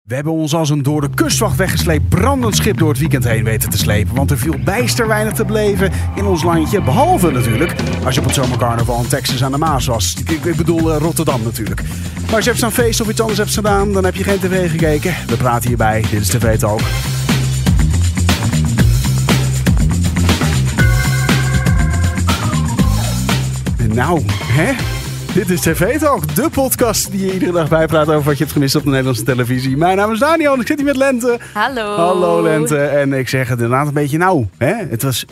We hebben ons als een door de kustwacht weggesleept brandend schip door het weekend heen weten te slepen. Want er viel bijster weinig te beleven in ons landje. Behalve natuurlijk als je op het zomercarnaval in Texas aan de Maas was. Ik bedoel Rotterdam natuurlijk. Maar als je hebt staan feest of iets anders hebt gedaan, dan heb je geen tv gekeken. We praten hierbij. Dit is TV Talk. Nou, hè? Dit is TV Talk, de podcast die je iedere dag bijpraat over wat je hebt gemist op de Nederlandse televisie. Mijn naam is Daniel en ik zit hier met Lente. Hallo. Hallo Lente. En ik zeg het inderdaad een beetje hè? Het was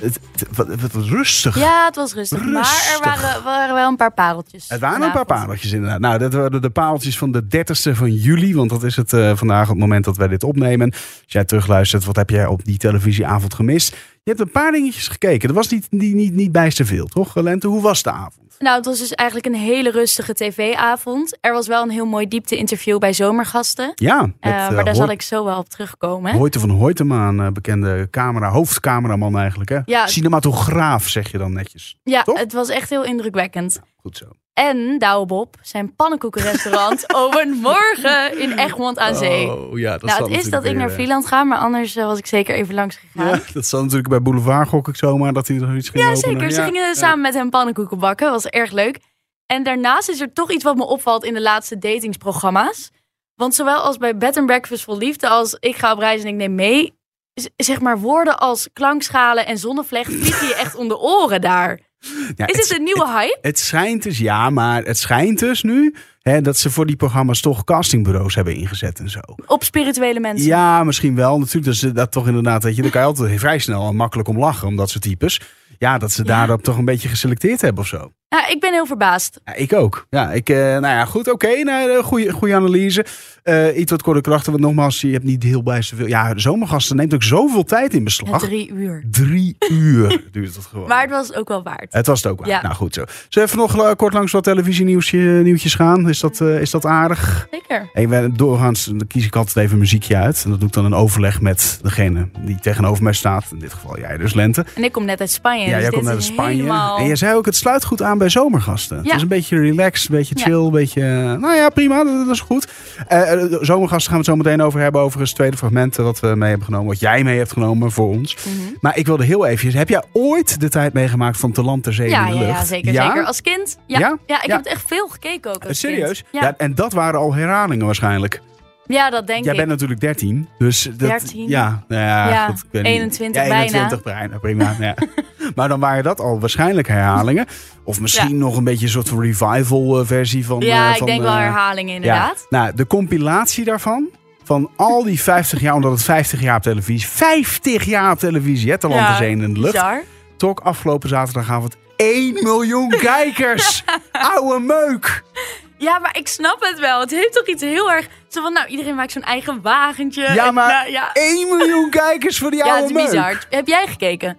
rustig. Ja, het was rustig. Maar er waren wel een paar pareltjes. Het waren een paar pareltjes inderdaad. Nou, dat waren de pareltjes van de 30ste van juli. Want dat is het vandaag op het moment dat wij dit opnemen. Als jij terugluistert, wat heb jij op die televisieavond gemist? Je hebt een paar dingetjes gekeken. Er was niet bijster veel, toch Lente? Hoe was de avond? Nou, het was dus eigenlijk een hele rustige tv-avond. Er was wel een heel mooi diepte-interview bij Zomergasten. Ja. Maar daar zal ik zo wel op terugkomen. Hoyte van Hoytema, bekende hoofdcameraman eigenlijk. Hè? Ja. Cinematograaf zeg je dan netjes. Ja, toch? Het was echt heel indrukwekkend. Ja, goed zo. En Douwe Bob, zijn pannenkoekenrestaurant overmorgen in Egmond aan Zee. Oh, ja, het is dat ik naar Vlieland ga, maar anders was ik zeker even langs gegaan. Ja, dat zal natuurlijk bij Boulevard, gok ik zomaar, dat hij er iets ging openen. Zeker. Ze gingen samen met hem pannenkoeken bakken. Dat was erg leuk. En daarnaast is er toch iets wat me opvalt in de laatste datingsprogramma's. Want zowel als bij Bed and Breakfast Vol Liefde als Ik ga op reis en ik neem mee, zeg maar woorden als klankschalen en zonnevlecht vliegen je echt om de oren daar. Ja, is dit een nieuwe hype? Het schijnt dus, maar het schijnt dus nu dat ze voor die programma's toch castingbureaus hebben ingezet en zo. Op spirituele mensen? Ja, misschien wel. Natuurlijk, dus dat toch inderdaad, weet je, daar kan je altijd vrij snel en makkelijk om lachen, om dat soort types. Ja, dat ze daarop toch een beetje geselecteerd hebben of zo. Ja, ik ben heel verbaasd. Ja, ik ook. Ja, goed, oké. Goede analyse. Iets wat korte krachten, want nogmaals, je hebt niet heel bijster veel. Ja, de Zomergasten neemt ook zoveel tijd in beslag. 3 uur. 3 uur duurt het gewoon. Maar het was ook wel waard. Het was het ook waard. Ja. Nou, goed zo. Zullen we even nog kort langs wat televisienieuwtjes gaan? Is dat aardig? Zeker. Doorgaans dan kies ik altijd even een muziekje uit. En dat doe ik dan een overleg met degene die tegenover mij staat. In dit geval jij dus, Lente. En ik kom net uit Spanje. Ja, dus jij komt net uit Spanje. Helemaal... En jij zei ook, het sluit goed aan bij Zomergasten. Ja. Het is een beetje relaxed, een beetje chill, een beetje... Nou ja, prima, dat is goed. Zomergasten gaan we het zo meteen over hebben. Overigens het tweede fragment wat we mee hebben genomen. Wat jij mee hebt genomen voor ons. Mm-hmm. Maar ik wilde heel even... Heb jij ooit de tijd meegemaakt van Te Land, Ter Zee in de Lucht? Ja, zeker. Ja? Zeker. Als kind. Ja, ik heb het echt veel gekeken ook als serieus? Kind. Ja. Ja, en dat waren al herhalingen waarschijnlijk. Ja, dat denk ik. Jij bent natuurlijk 13. Dus dat, 13? Ja, goed, ik weet 21 niet. bijna. 21 bijna, prima. Ja. Maar dan waren dat al waarschijnlijk herhalingen. Of misschien nog een beetje een soort van revival versie van... ik denk wel herhalingen inderdaad. Ja. Nou, de compilatie daarvan... Van al die 50 jaar, omdat het 50 jaar op televisie... 50 jaar op televisie, hè, Te Land, Ter Zee in de Lucht. Bizar. Toch afgelopen zaterdagavond 1 miljoen kijkers. Oude meuk. Ja, maar ik snap het wel. Het heeft toch iets heel erg... Zo van, iedereen maakt zo'n eigen wagentje. Ja, maar 1 miljoen kijkers voor die oude meuk. Ja, het is bizar. Heb jij gekeken?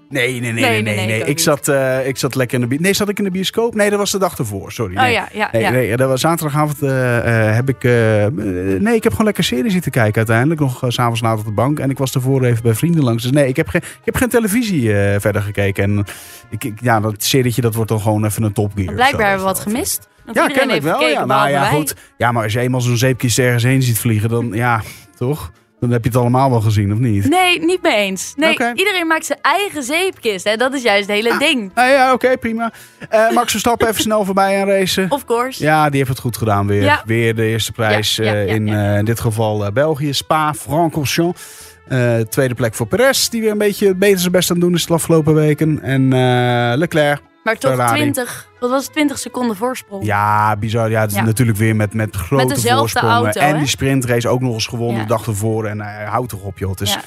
Nee. Ik zat lekker in de bioscoop. Nee, zat ik in de bioscoop? Nee, dat was de dag ervoor. Sorry. Nee, dat was zaterdagavond heb ik... ik heb gewoon lekker serie zitten kijken uiteindelijk. Nog 's avonds laat op de bank. En ik was ervoor even bij vrienden langs. Dus nee, ik heb geen televisie verder gekeken. En dat serietje, dat wordt dan gewoon even een Top Gear. Blijkbaar hebben we wat gemist. Ja, kennelijk wel. Goed. Ja, maar als je eenmaal zo'n zeepkist ergens heen ziet vliegen, dan toch? Dan heb je het allemaal wel gezien, of niet? Nee, niet mee eens. Nee, Iedereen maakt zijn eigen zeepkist. Hè? Dat is juist het hele ding. Oké, prima. Max Verstappen even snel voorbij aan racen. Of course. Ja, die heeft het goed gedaan weer. Ja. Weer de eerste prijs in dit geval België. Spa-Francorchamps. Tweede plek voor Perez, die weer een beetje beter zijn best aan het doen is de afgelopen weken. En Leclerc. Maar toch 20 seconden voorsprong. Ja, bizar. Ja, het is natuurlijk weer met grote voorsprongen. Auto, en die sprintrace ook nog eens gewonnen de dag ervoor. En hij houdt toch op, joh. Dus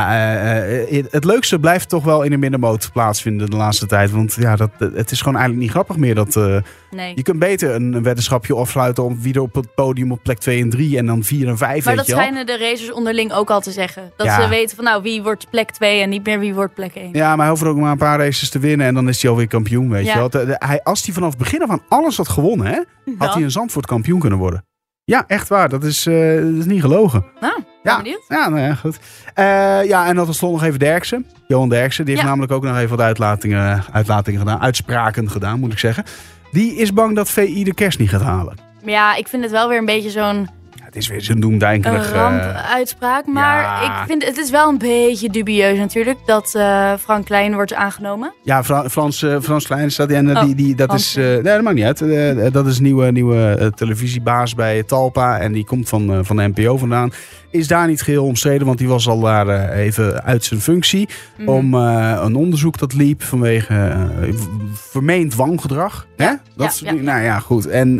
het leukste blijft toch wel in de middenmoot plaatsvinden de laatste tijd. Want het is gewoon eigenlijk niet grappig meer. Je kunt beter een weddenschapje afsluiten om wie er op het podium op plek 2 en 3 en dan 4 en 5. Maar dat schijnen de racers onderling ook al te zeggen. Dat ze weten van wie wordt plek 2 en niet meer wie wordt plek 1. Ja, maar hij hoeft er ook maar een paar races te winnen en dan is hij alweer kampioen, weet je wel. Als hij vanaf het begin af aan alles had gewonnen, had hij in Zandvoort kampioen kunnen worden. Ja, echt waar. Dat is niet gelogen. Nou, ben benieuwd. Ja, goed. En dat was nog even Derksen. Johan Derksen. Die heeft namelijk ook nog even wat uitlatingen gedaan. Uitspraken gedaan, moet ik zeggen. Die is bang dat VI de kerst niet gaat halen. Ja, ik vind het wel weer een beetje zo'n het is weer zo'n doemdenkerig... Een rampuitspraak. Maar ik vind het is wel een beetje dubieus natuurlijk dat Frank Klein wordt aangenomen. Ja, Frans Klein staat dat maakt niet uit. Dat is een nieuwe televisiebaas bij Talpa. En die komt van de NPO vandaan. Is daar niet geheel omstreden, want die was al daar even uit zijn functie. Om een onderzoek dat liep vanwege vermeend wangedrag. Ja, hè? Nou ja, goed. En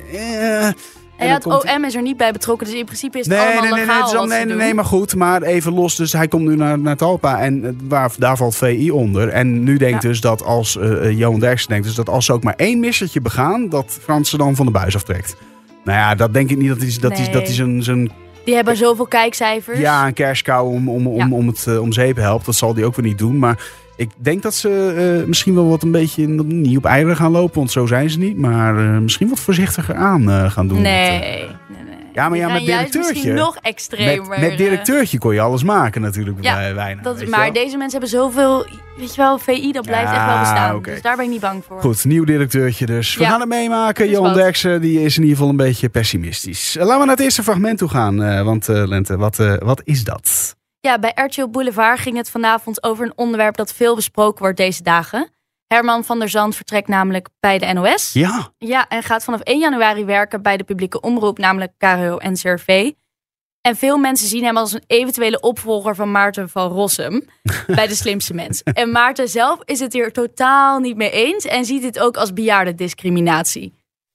het OM is er niet bij betrokken, dus in principe is het allemaal legaal. Nee, maar goed. Maar even los, dus hij komt nu naar Talpa en daar valt VI onder. En nu denkt dus dat als Johan Derksen denkt dus dat als ze ook maar 1 missertje begaan, dat Frans ze dan van de buis aftrekt. Nou ja, dat denk ik niet dat hij zijn die hebben zoveel kijkcijfers. Ja, een cashcow om het om zeep helpt. Dat zal die ook weer niet doen. Maar ik denk dat ze misschien wel wat een beetje niet op eieren gaan lopen. Want zo zijn ze niet. Maar misschien wat voorzichtiger aan gaan doen. Nee. Ja, maar met directeurtje. Misschien nog extremer. Met directeurtje kon je alles maken natuurlijk. Weinig. Maar deze mensen hebben zoveel... Weet je wel, VI, dat blijft echt wel bestaan. Okay. Dus daar ben ik niet bang voor. Goed, nieuw directeurtje dus. We gaan het meemaken. Johan Derksen die is in ieder geval een beetje pessimistisch. Laten we naar het eerste fragment toe gaan. Want Lente, wat is dat? Ja, bij RTL Boulevard ging het vanavond over een onderwerp dat veel besproken wordt deze dagen. Herman van der Zand vertrekt namelijk bij de NOS. Ja, en gaat vanaf 1 januari werken bij de publieke omroep, namelijk KRO en NCRV. En veel mensen zien hem als een eventuele opvolger van Maarten van Rossum bij De Slimste Mens. En Maarten zelf is het hier totaal niet mee eens en ziet dit ook als bejaardendiscriminatie.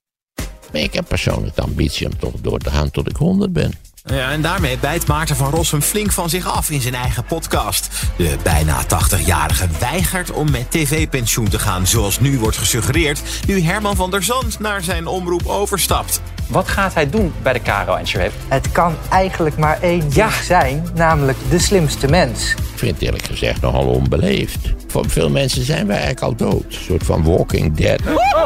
Ik heb persoonlijk de ambitie om toch door te gaan tot ik 100 ben. Ja, en daarmee bijt Maarten van Rossum flink van zich af in zijn eigen podcast. De bijna 80-jarige weigert om met tv-pensioen te gaan, zoals nu wordt gesuggereerd, nu Herman van der Zand naar zijn omroep overstapt. Wat gaat hij doen bij de KRO-NCRV? Het kan eigenlijk maar één ding zijn, namelijk De Slimste Mens. Ik vind het eerlijk gezegd nogal onbeleefd. Voor veel mensen zijn wij eigenlijk al dood. Een soort van Walking Dead.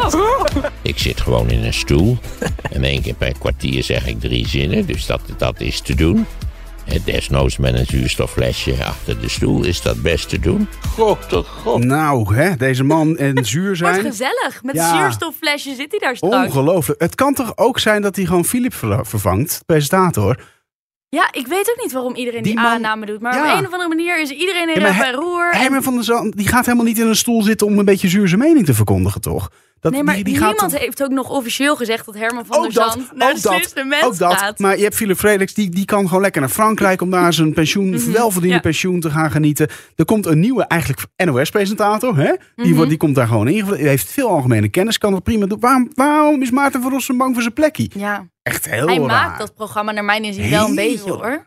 Ik zit gewoon in een stoel. En 1 keer per kwartier zeg ik 3 zinnen. Dus dat is te doen. Desnoods met een zuurstofflesje achter de stoel is dat best te doen. God. Nou, deze man en zuur zijn. Wordt gezellig. Met een zuurstofflesje zit hij daar straks. Ongelooflijk. Het kan toch ook zijn dat hij gewoon Philip vervangt, presentator. Ja, ik weet ook niet waarom iedereen die aanname doet. Maar op een of andere manier is iedereen heel erg bij roer. Herman van der Zand, die gaat helemaal niet in een stoel zitten om een beetje zuur zijn mening te verkondigen, toch? Niemand heeft ook nog officieel gezegd dat Herman van der Zand naar De Slimste Mens gaat. Maar je hebt Philip Frederiks, die kan gewoon lekker naar Frankrijk om daar zijn pensioen, welverdiende pensioen te gaan genieten. Er komt een nieuwe, eigenlijk NOS-presentator, hè? Die komt daar gewoon in. Hij heeft veel algemene kennis, kan dat prima doen. Waarom is Maarten van Rossum bang voor zijn plekje? Ja. Echt heel raar. Hij maakt dat programma naar mijn inzien wel een beetje, hoor.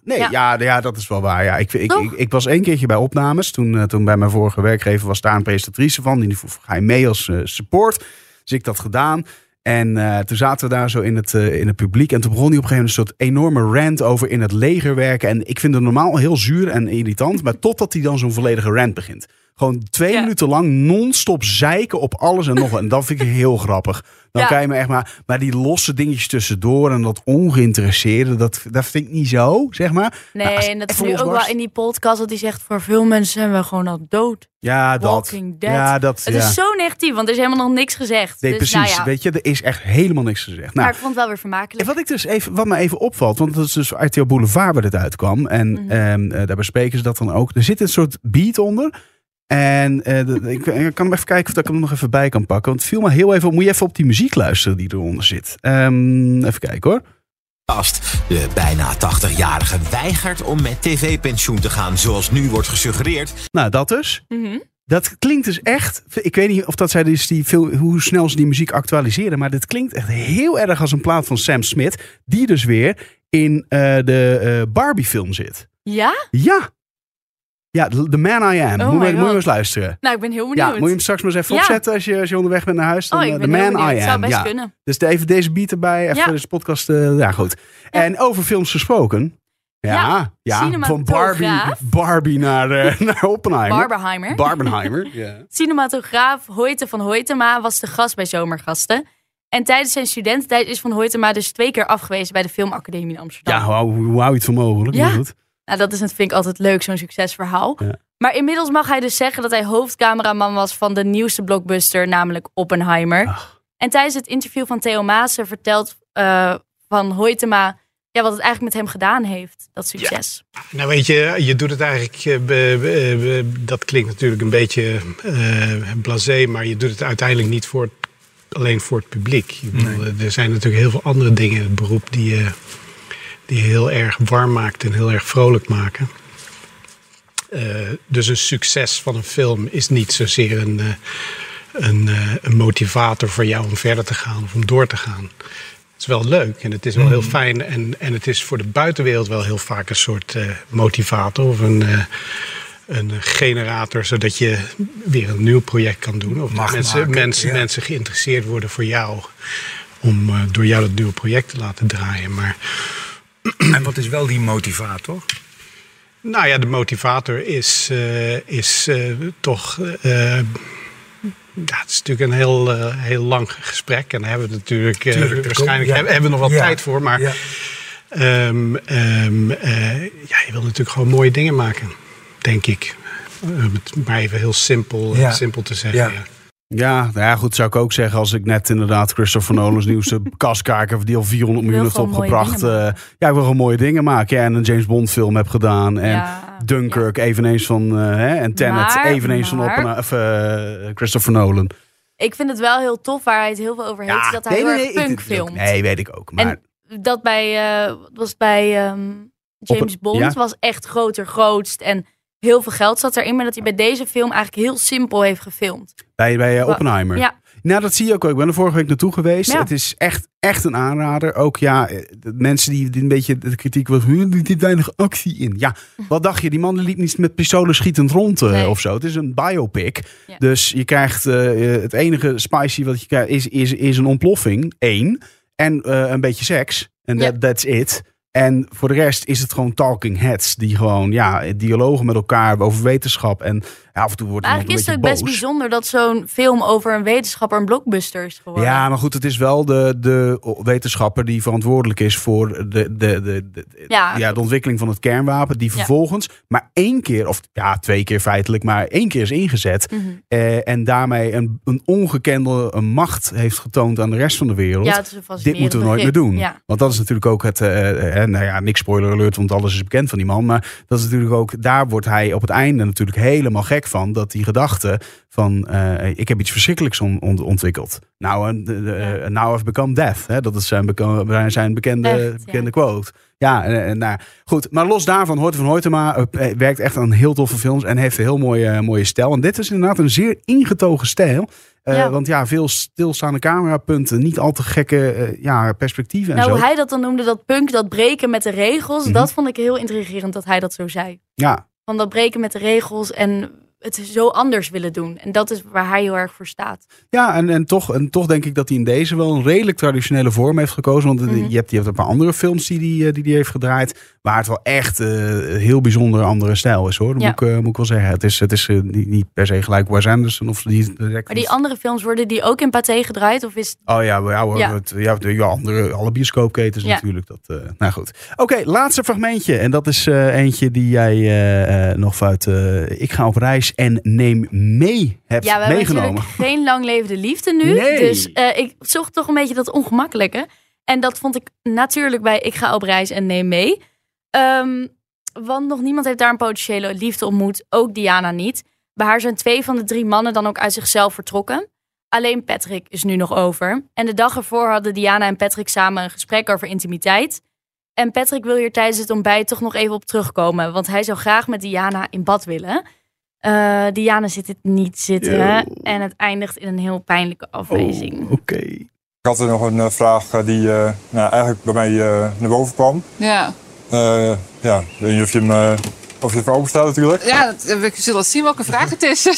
Ja, dat is wel waar. Ja, ik was 1 keertje bij opnames. Toen bij mijn vorige werkgever was daar een presentatrice van. Die vroeg, ga je mee als support? Dus ik dat gedaan. En toen zaten we daar zo in het publiek. En toen begon hij op een gegeven moment een soort enorme rant over in het leger werken. En ik vind het normaal heel zuur en irritant. Maar totdat hij dan zo'n volledige rant begint. Gewoon 2 minuten lang non-stop zeiken op alles en nog wat. En dat vind ik heel grappig. Dan kan je me echt maar die losse dingetjes tussendoor en dat ongeïnteresseerde, dat vind ik niet zo, zeg maar. Nee, en dat is nu ook wel in die podcast dat hij zegt, voor veel mensen zijn we gewoon al dood. Ja, Walking Dead. Ja, dat. Het is zo negatief, want er is helemaal nog niks gezegd. Nee, dus, precies. Weet je, er is echt helemaal niks gezegd. Maar ik vond het wel weer vermakelijk. En wat me even opvalt, want dat is dus RTL Boulevard waar dit uitkwam. En daar bespreken ze dat dan ook. Er zit een soort beat onder. En ik kan hem even kijken of ik hem nog even bij kan pakken. Want het viel me heel even op. Moet je even op die muziek luisteren die eronder zit. Even kijken hoor. De bijna 80-jarige weigert om met tv-pensioen te gaan, zoals nu wordt gesuggereerd. Nou, dat dus. Dat klinkt dus echt... Ik weet niet of dat zij dus hoe snel ze die muziek actualiseren. Maar dit klinkt echt heel erg als een plaat van Sam Smith. Die dus weer in de Barbie-film zit. Ja? Ja. Ja, The Man I Am. Moet je eens luisteren. Nou, ik ben heel benieuwd. Ja, moet je hem straks maar eens even opzetten als je onderweg bent naar huis. Dan, ik ben The Man I Am. Het zou best kunnen. Dus even deze beat erbij. Even deze podcast. Ja, goed. Ja. En over films gesproken. Ja. Van Barbie naar Oppenheimer. Barbenheimer. Cinematograaf Hoyte van Hoytema was de gast bij Zomergasten. En tijdens zijn studententijd is Van Hoytema dus 2 keer afgewezen bij de Filmacademie in Amsterdam. Ja, hoe hou je het voor mogelijk? Ja. Goed. Nou, vind ik altijd leuk, zo'n succesverhaal. Ja. Maar inmiddels mag hij dus zeggen dat hij hoofdcameraman was van de nieuwste blockbuster, namelijk Oppenheimer. Ach. En tijdens het interview van Theo Maassen vertelt Van Hoytema wat het eigenlijk met hem gedaan heeft, dat succes. Ja. Nou weet je doet het eigenlijk, dat klinkt natuurlijk een beetje blasé, maar je doet het uiteindelijk niet alleen voor het publiek. Er zijn natuurlijk heel veel andere dingen in het beroep die je heel erg warm maakt en heel erg vrolijk maken. Dus een succes van een film is niet zozeer een motivator voor jou om verder te gaan of om door te gaan. Het is wel leuk en het is wel heel fijn en het is voor de buitenwereld wel heel vaak een soort motivator of een generator, zodat je weer een nieuw project kan doen. Of mensen geïnteresseerd worden voor jou om door jou dat nieuwe project te laten draaien. Maar en wat is wel die motivator? Nou ja, de motivator is toch... het is natuurlijk een heel lang gesprek. En daar hebben we natuurlijk... waarschijnlijk hebben we nog wel tijd voor. Maar je wil natuurlijk gewoon mooie dingen maken. Denk ik. Maar even heel simpel te zeggen. Ja, goed, zou ik ook zeggen als ik net inderdaad Christopher Nolan's nieuwste kaskaker die al 400 miljoen heeft opgebracht. Ik wil gewoon mooie dingen maken. Ja, en een James Bond film heb gedaan. En Dunkirk eveneens van en Tenet eveneens van Christopher Nolan. Ik vind het wel heel tof waar hij het heel veel over heeft. Dat hij heel erg punk filmt. Nee, weet ik ook. Maar... En dat bij James Bond was echt grootst en heel veel geld zat erin, maar dat hij bij deze film eigenlijk heel simpel heeft gefilmd. Bij Oppenheimer? Ja. Nou, dat zie je ook. Ik ben er vorige week naartoe geweest. Ja. Het is echt een aanrader. Ook de mensen die een beetje de kritiek was, er zit weinig actie in. Ja, wat dacht je? Die man liep niet met pistolen schietend rond of zo. Het is een biopic. Ja. Dus je krijgt het enige spicy wat je krijgt is een ontploffing. 1. En een beetje seks. En that's it. En voor de rest is het gewoon talking heads. Die gewoon dialogen met elkaar over wetenschap. En af en toe wordt het nog een beetje boos. Eigenlijk is het best bijzonder dat zo'n film over een wetenschapper een blockbuster is geworden. Ja, maar goed, het is wel de wetenschapper die verantwoordelijk is voor de ontwikkeling van het kernwapen. Die vervolgens maar 1 keer, of 2 keer feitelijk, maar 1 keer is ingezet. Mm-hmm. En daarmee een ongekende macht heeft getoond aan de rest van de wereld. Ja, het is een dit moeten we nooit meer doen. Ja. Want dat is natuurlijk ook het... niks spoiler alert, want alles is bekend van die man. Maar dat is natuurlijk ook... Daar wordt hij op het einde natuurlijk helemaal gek van. Dat die gedachte van... ik heb iets verschrikkelijks ontwikkeld. Now I've become death. Hè? Dat is zijn bekende quote. Ja, goed. Maar los daarvan, Hoyte van Hoytema werkt echt aan heel toffe films. En heeft een heel mooie stijl. En dit is inderdaad een zeer ingetogen stijl. Want veel stilstaande camerapunten, niet al te gekke perspectieven en zo. Hoe hij dat dan noemde, dat punk, dat breken met de regels, dat vond ik heel intrigerend dat hij dat zo zei. Ja. Van dat breken met de regels en het zo anders willen doen. En dat is waar hij heel erg voor staat. Ja, en toch denk ik dat hij in deze wel een redelijk traditionele vorm heeft gekozen. Want je hebt een paar andere films die hij heeft gedraaid. Waar het wel echt heel bijzonder andere stijl is, hoor. Dat moet ik wel zeggen. Het is niet per se gelijk Wes Anderson of die direct. Maar die andere films, worden die ook in Pathé gedraaid? Of is... Oh ja, alle bioscoopketens natuurlijk. Nou goed. Oké, laatste fragmentje. En dat is eentje die jij nog vanuit Ik ga op reis en neem mee hebt meegenomen. Ja, we hebben natuurlijk geen lang levende liefde nu. Nee. Dus ik zocht toch een beetje dat ongemakkelijke. En dat vond ik natuurlijk bij Ik ga op reis en neem mee. Want nog niemand heeft daar een potentiële liefde ontmoet. Ook Diana niet. Bij haar zijn 2 van de 3 mannen dan ook uit zichzelf vertrokken. Alleen Patrick is nu nog over. En de dag ervoor hadden Diana en Patrick samen een gesprek over intimiteit. En Patrick wil hier tijdens het ontbijt toch nog even op terugkomen. Want hij zou graag met Diana in bad willen. Diana zit het niet zitten. En het eindigt in een heel pijnlijke afwijzing. Oké. Ik had er nog een vraag die eigenlijk bij mij naar boven kwam. Ja. Ik weet niet of je hem voor openstaat natuurlijk. Ja, we zullen zien welke vraag het is.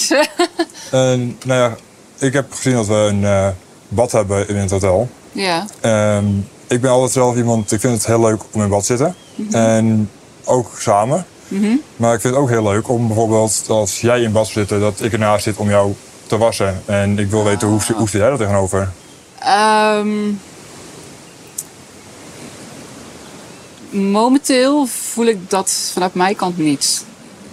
Ik heb gezien dat we een bad hebben in het hotel. Ja. Ik ben altijd zelf iemand, ik vind het heel leuk om in bad te zitten. Mm-hmm. En ook samen. Mm-hmm. Maar ik vind het ook heel leuk om bijvoorbeeld, als jij in bad zit, dat ik ernaast zit om jou te wassen. En ik wil weten, hoe zit jij daar tegenover? Momenteel voel ik dat vanuit mijn kant niet.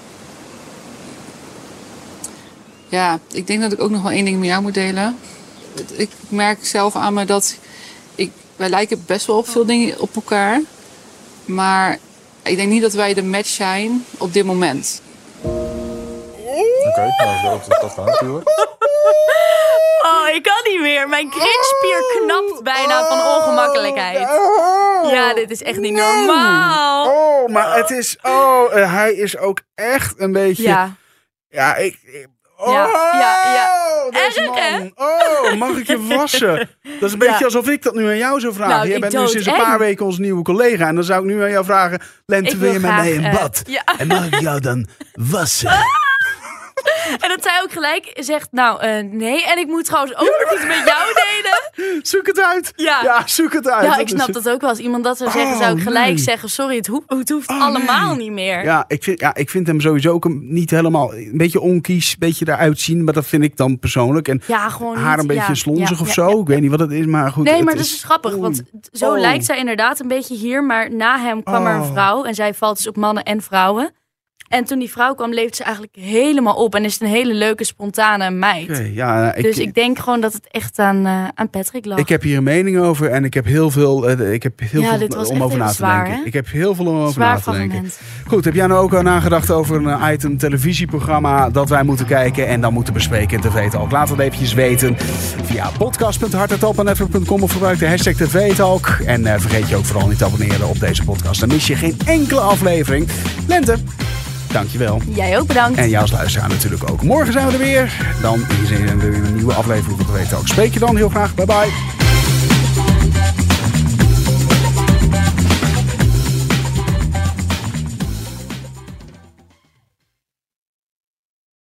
Ja, ik denk dat ik ook nog wel 1 ding met jou moet delen. Ik merk zelf aan me dat wij lijken best wel op veel dingen op elkaar. Maar ik denk niet dat wij de match zijn op dit moment. Oké, dat kan natuurlijk. Oh, ik kan niet meer. Mijn kringspier knapt bijna van ongemakkelijkheid. Ja, dit is echt niet normaal. Oh, maar het is... hij is ook echt een beetje... Ja, ja. Deze man. Oh, mag ik je wassen? Dat is een beetje alsof ik dat nu aan jou zou vragen. Nou, jij bent nu sinds een paar weken onze nieuwe collega. En dan zou ik nu aan jou vragen... Lente, wil je met mij in bad? En mag ik jou dan wassen? En dat zij ook gelijk zegt, nee. En ik moet trouwens ook nog iets met jou delen. Zoek het uit. Ja, zoek het uit. Ja, ik snap dat ook wel. Als iemand dat zou zeggen, zou ik gelijk zeggen... Sorry, het hoeft allemaal niet meer. Ja, ik vind hem sowieso ook niet helemaal... Een beetje onkies, een beetje eruit zien. Maar dat vind ik dan persoonlijk. En gewoon haar een beetje slonzig of zo. Ik weet niet wat het is, maar goed. Nee, maar dat is grappig. Want zo lijkt zij inderdaad een beetje hier. Maar na hem kwam er een vrouw. En zij valt dus op mannen en vrouwen. En toen die vrouw kwam, leefde ze eigenlijk helemaal op. En is het een hele leuke, spontane meid. Okay, dus ik denk gewoon dat het echt aan Patrick lag. Ik heb hier een mening over. En ik heb heel veel, om over na te denken. Hè? Ik heb heel veel om over na te denken. Goed, heb jij nou ook al nagedacht over een item televisieprogramma dat wij moeten kijken en dan moeten bespreken in TV-talk? Laat het eventjes weten via podcast.hartentalk.netwerk.com of gebruik de hashtag TV-talk. En vergeet je ook vooral niet te abonneren op deze podcast. Dan mis je geen enkele aflevering. Lente, dankjewel. Jij ook bedankt. En jou als luisteraar natuurlijk ook. Morgen zijn we er weer. Dan is er weer een nieuwe aflevering van TV-talk. Spreek je dan heel graag. Bye bye.